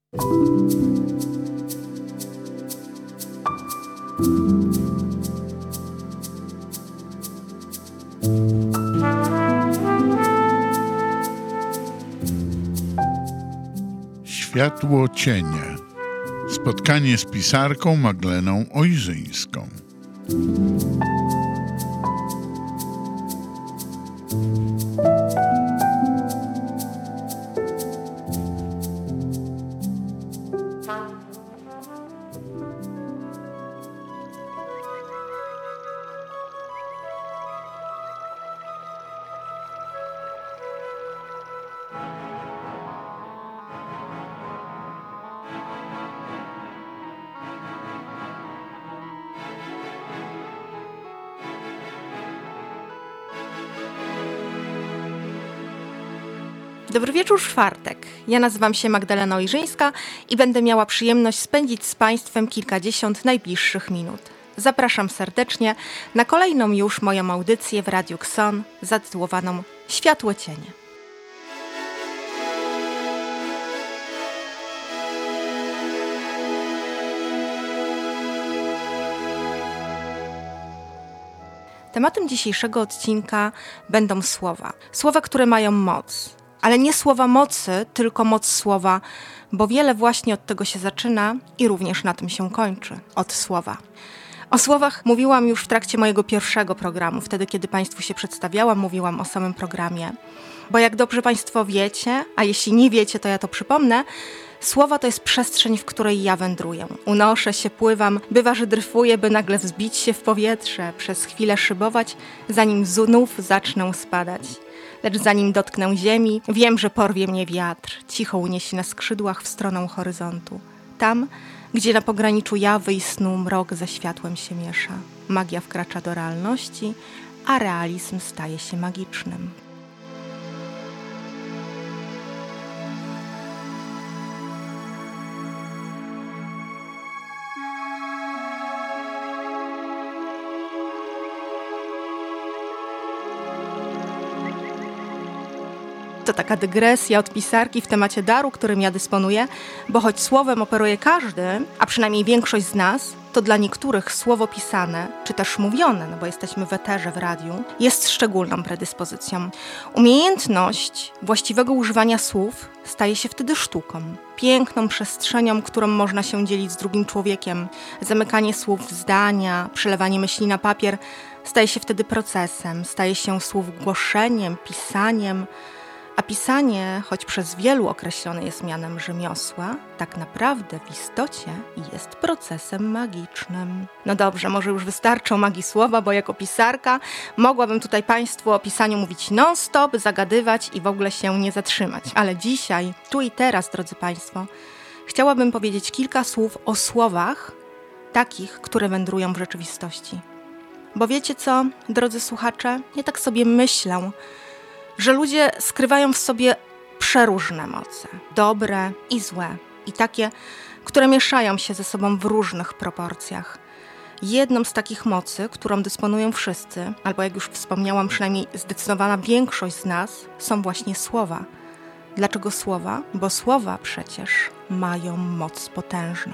Światło cienie. Spotkanie z pisarką Magdaleną Ojrzyńską. Dobry wieczór, czwartek. Ja nazywam się Magdalena Ojrzyńska i będę miała przyjemność spędzić z Państwem kilkadziesiąt najbliższych minut. Zapraszam serdecznie na kolejną już moją audycję w Radiu Xon zatytułowaną Światło cienie. Tematem dzisiejszego odcinka będą słowa. Słowa, które mają moc. Ale nie słowa mocy, tylko moc słowa, bo wiele właśnie od tego się zaczyna i również na tym się kończy. Od słowa. O słowach mówiłam już w trakcie mojego pierwszego programu, wtedy kiedy Państwu się przedstawiałam, mówiłam o samym programie. Bo jak dobrze Państwo wiecie, a jeśli nie wiecie, to ja to przypomnę, słowa to jest przestrzeń, w której ja wędruję. Unoszę się, pływam, bywa, że dryfuję, by nagle wzbić się w powietrze, przez chwilę szybować, zanim znów zacznę spadać. Lecz zanim dotknę ziemi, wiem, że porwie mnie wiatr, cicho uniesie na skrzydłach w stronę horyzontu. Tam, gdzie na pograniczu jawy i snu mrok ze światłem się miesza. Magia wkracza do realności, a realizm staje się magicznym. To taka dygresja od pisarki w temacie daru, którym ja dysponuję, bo choć słowem operuje każdy, a przynajmniej większość z nas, to dla niektórych słowo pisane, czy też mówione, no bo jesteśmy w eterze, w radiu, jest szczególną predyspozycją. Umiejętność właściwego używania słów staje się wtedy sztuką, piękną przestrzenią, którą można się dzielić z drugim człowiekiem. Zamykanie słów w zdania, przelewanie myśli na papier staje się wtedy procesem, staje się słów głoszeniem, pisaniem. A pisanie, choć przez wielu określone jest mianem rzemiosła, tak naprawdę w istocie jest procesem magicznym. No dobrze, może już wystarczy o magii słowa, bo jako pisarka mogłabym tutaj Państwu o pisaniu mówić non-stop, zagadywać i w ogóle się nie zatrzymać. Ale dzisiaj, tu i teraz, drodzy Państwo, chciałabym powiedzieć kilka słów o słowach takich, które wędrują w rzeczywistości. Bo wiecie co, drodzy słuchacze, ja tak sobie myślę, że ludzie skrywają w sobie przeróżne moce, dobre i złe, i takie, które mieszają się ze sobą w różnych proporcjach. Jedną z takich mocy, którą dysponują wszyscy, albo jak już wspomniałam, przynajmniej zdecydowana większość z nas, są właśnie słowa. Dlaczego słowa? Bo słowa przecież mają moc potężną.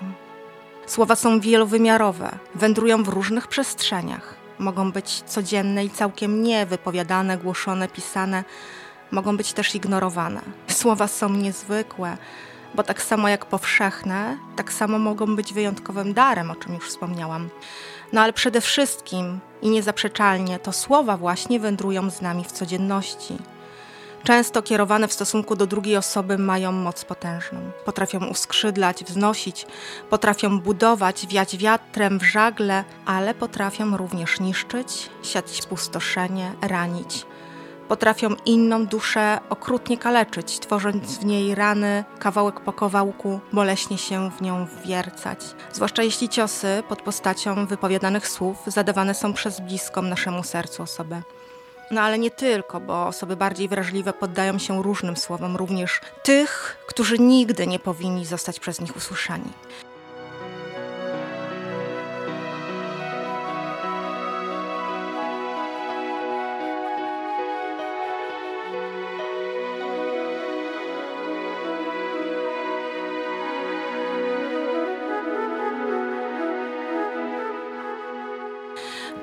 Słowa są wielowymiarowe, wędrują w różnych przestrzeniach. Mogą być codzienne i całkiem niewypowiadane, głoszone, pisane. Mogą być też ignorowane. Słowa są niezwykłe, bo tak samo jak powszechne, tak samo mogą być wyjątkowym darem, o czym już wspomniałam. No ale przede wszystkim i niezaprzeczalnie to słowa właśnie wędrują z nami w codzienności. Często kierowane w stosunku do drugiej osoby mają moc potężną. Potrafią uskrzydlać, wznosić, potrafią budować, wiać wiatrem w żagle, ale potrafią również niszczyć, siać spustoszenie, ranić. Potrafią inną duszę okrutnie kaleczyć, tworząc w niej rany, kawałek po kawałku, boleśnie się w nią wwiercać. Zwłaszcza jeśli ciosy pod postacią wypowiadanych słów zadawane są przez bliską naszemu sercu osobę. No ale nie tylko, bo osoby bardziej wrażliwe poddają się różnym słowom, również tych, którzy nigdy nie powinni zostać przez nich usłyszani.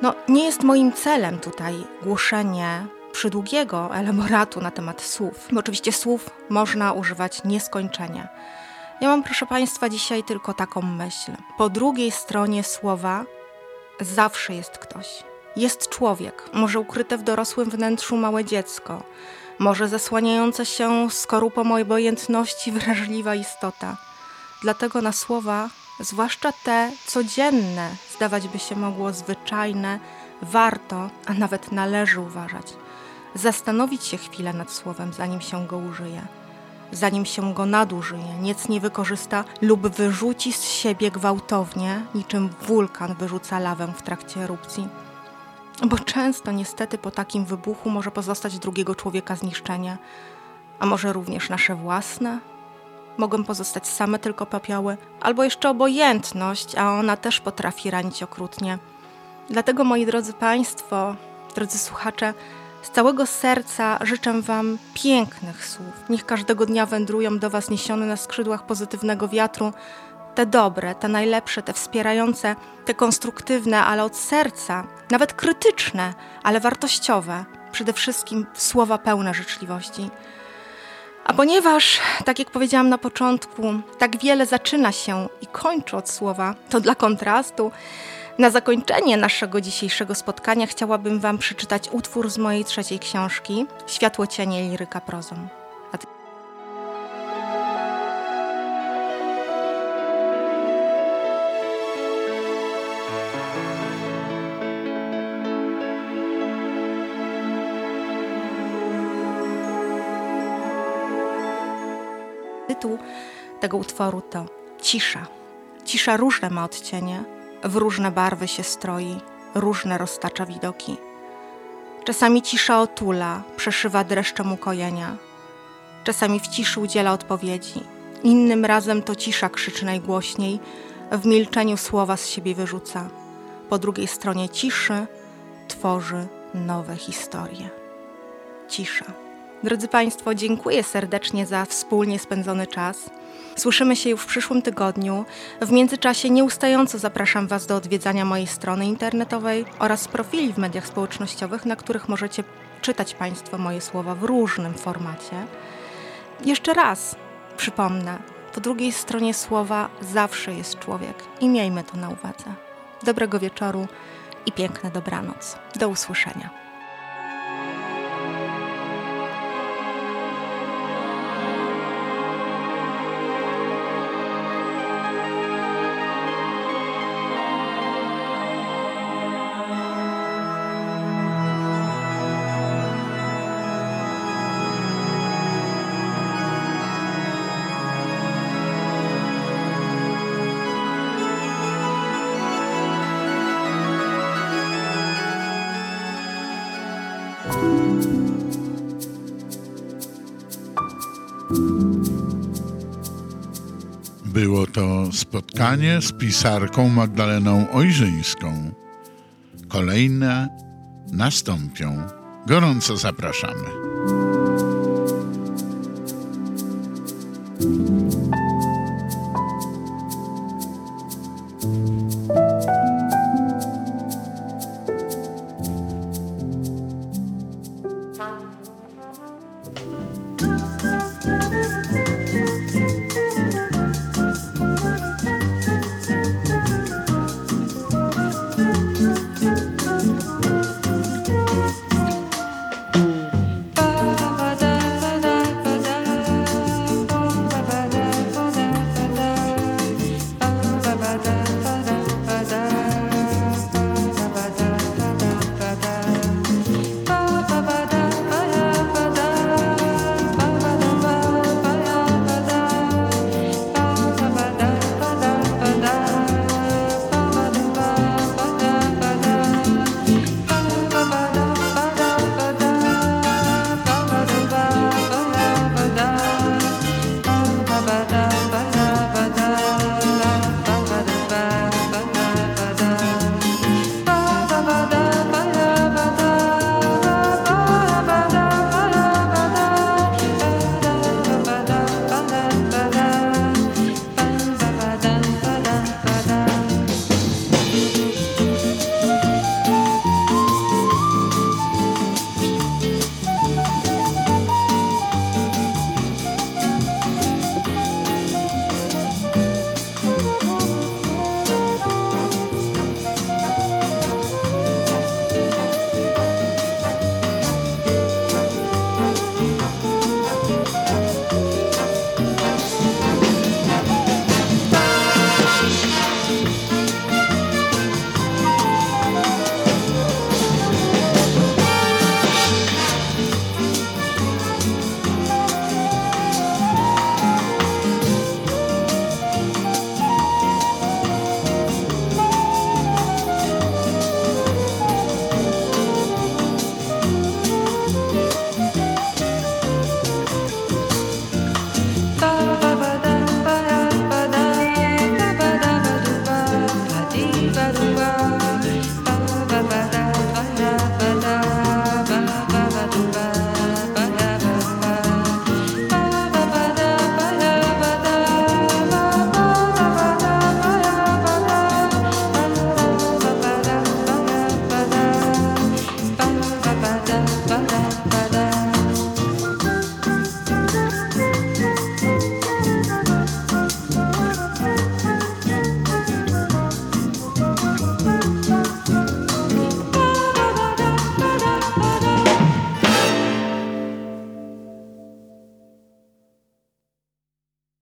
Nie jest moim celem tutaj głoszenie przydługiego elaboratu na temat słów, bo oczywiście słów można używać nieskończenie. Ja mam, proszę Państwa, dzisiaj tylko taką myśl. Po drugiej stronie słowa zawsze jest ktoś. Jest człowiek, może ukryte w dorosłym wnętrzu małe dziecko, może zasłaniająca się skorupą obojętności wrażliwa istota. Dlatego na słowa, zwłaszcza te codzienne, zdawać by się mogło zwyczajne, warto, a nawet należy uważać. Zastanowić się chwilę nad słowem, zanim się go użyje. Zanim się go nadużyje, nic nie wykorzysta lub wyrzuci z siebie gwałtownie, niczym wulkan wyrzuca lawę w trakcie erupcji. Bo często niestety po takim wybuchu może pozostać drugiego człowieka zniszczenie, a może również nasze własne? Mogą pozostać same tylko popioły, albo jeszcze obojętność, a ona też potrafi ranić okrutnie. Dlatego, moi drodzy Państwo, drodzy słuchacze, z całego serca życzę Wam pięknych słów. Niech każdego dnia wędrują do Was niesione na skrzydłach pozytywnego wiatru te dobre, te najlepsze, te wspierające, te konstruktywne, ale od serca, nawet krytyczne, ale wartościowe. Przede wszystkim słowa pełne życzliwości. A ponieważ, tak jak powiedziałam na początku, tak wiele zaczyna się i kończy od słowa, to dla kontrastu na zakończenie naszego dzisiejszego spotkania chciałabym Wam przeczytać utwór z mojej 3. książki Światło, cienie, liryka prozą. Tytuł tego utworu to Cisza. Cisza różne ma odcienie, w różne barwy się stroi, różne roztacza widoki. Czasami cisza otula, przeszywa dreszczem ukojenia. Czasami w ciszy udziela odpowiedzi. Innym razem to cisza krzyczy najgłośniej, w milczeniu słowa z siebie wyrzuca. Po drugiej stronie ciszy tworzy nowe historie. Cisza. Drodzy Państwo, dziękuję serdecznie za wspólnie spędzony czas. Słyszymy się już w przyszłym tygodniu. W międzyczasie nieustająco zapraszam Was do odwiedzania mojej strony internetowej oraz profili w mediach społecznościowych, na których możecie czytać Państwo moje słowa w różnym formacie. Jeszcze raz przypomnę, po drugiej stronie słowa zawsze jest człowiek i miejmy to na uwadze. Dobrego wieczoru i piękne dobranoc. Do usłyszenia. Było to spotkanie z pisarką Magdaleną Ojrzyńską. Kolejne nastąpią. Gorąco zapraszamy.